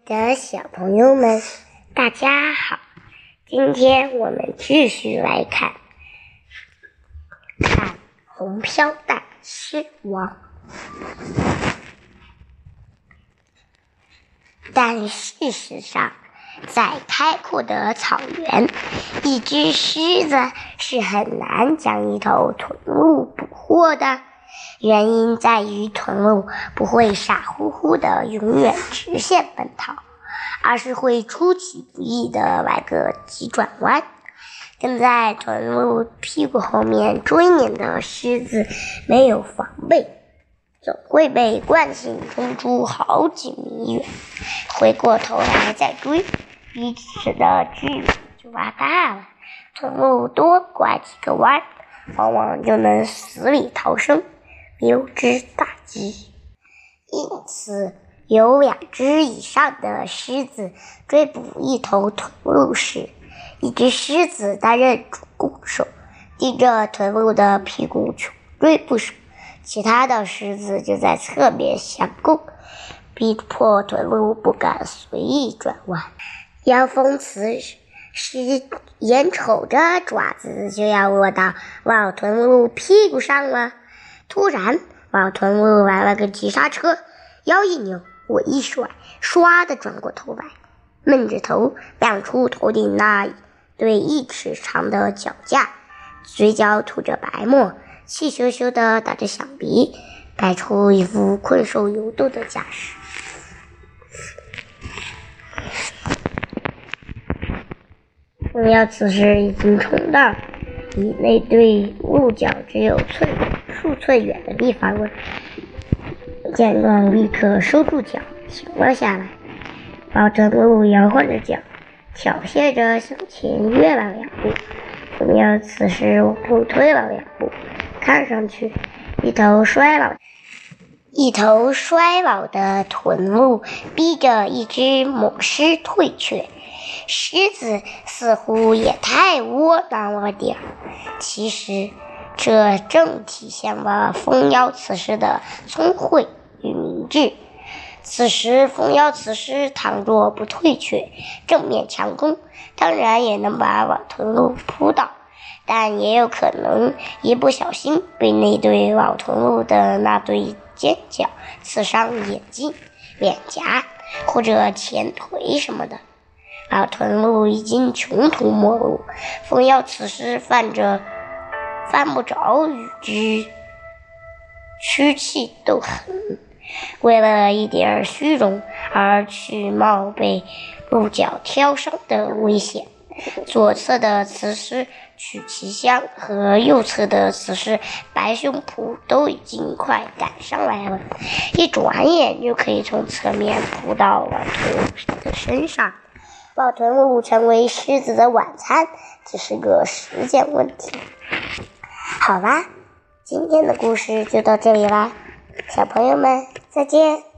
的小朋友们，大家好！今天我们继续来看红飘带狮王。但事实上，在开阔的草原，一只狮子是很难将一头豚鹿捕获的。原因在于豚鹿不会傻乎乎的永远直线奔逃，而是会出其不意的来个急转弯。跟在豚鹿屁股后面追撵的狮子没有防备，总会被惯性冲出好几米远，回过头来再追，彼此的距离就拉大了。豚鹿多拐几个弯，往往就能死里逃生，溜之大吉。因此，有2只以上的狮子追捕一头豚鹿时，一只狮子担任主攻手，盯着豚鹿的屁股穷追不舍，其他的狮子就在侧面相攻，逼迫豚鹿不敢随意转弯。要讽刺是眼瞅着爪子就要落到老豚鹿屁股上了，突然老豚鹿来了个急刹车，腰一扭，我一甩，唰地转过头来，闷着头亮出头顶那对1尺长的脚架，嘴角吐着白沫，气咻咻地打着响鼻，摆出一副困兽犹斗的架势。凤妖此时已经冲到离那对鹿角只有数寸远的地方了，见状立刻收住脚，停了下来。老豚鹿摇晃着脚，挑衅着向前跃了2步。凤妖此时往后退了2步，看上去一头衰老的豚鹿逼着一只猛狮退却。狮子似乎也太窝囊了点儿，其实这正体现了凤妖此时的聪慧与明智。此时凤妖此时倘若不退却，正面强攻，当然也能把老豚鹿扑倒，但也有可能一不小心被那对老豚鹿的那对尖角刺伤眼睛、脸颊或者前腿什么的。老豚鹿已经穷途末路，凤妖此时犯不着与之屈气斗狠，为了一点虚荣而去冒被鹿角挑伤的危险。左侧的雌狮曲其香和右侧的雌狮白胸脯都已经快赶上来了，一转眼就可以从侧面扑到老豚鹿的身上。老豚鹿成为狮子的晚餐只是个时间问题。好啦，今天的故事就到这里啦，小朋友们再见。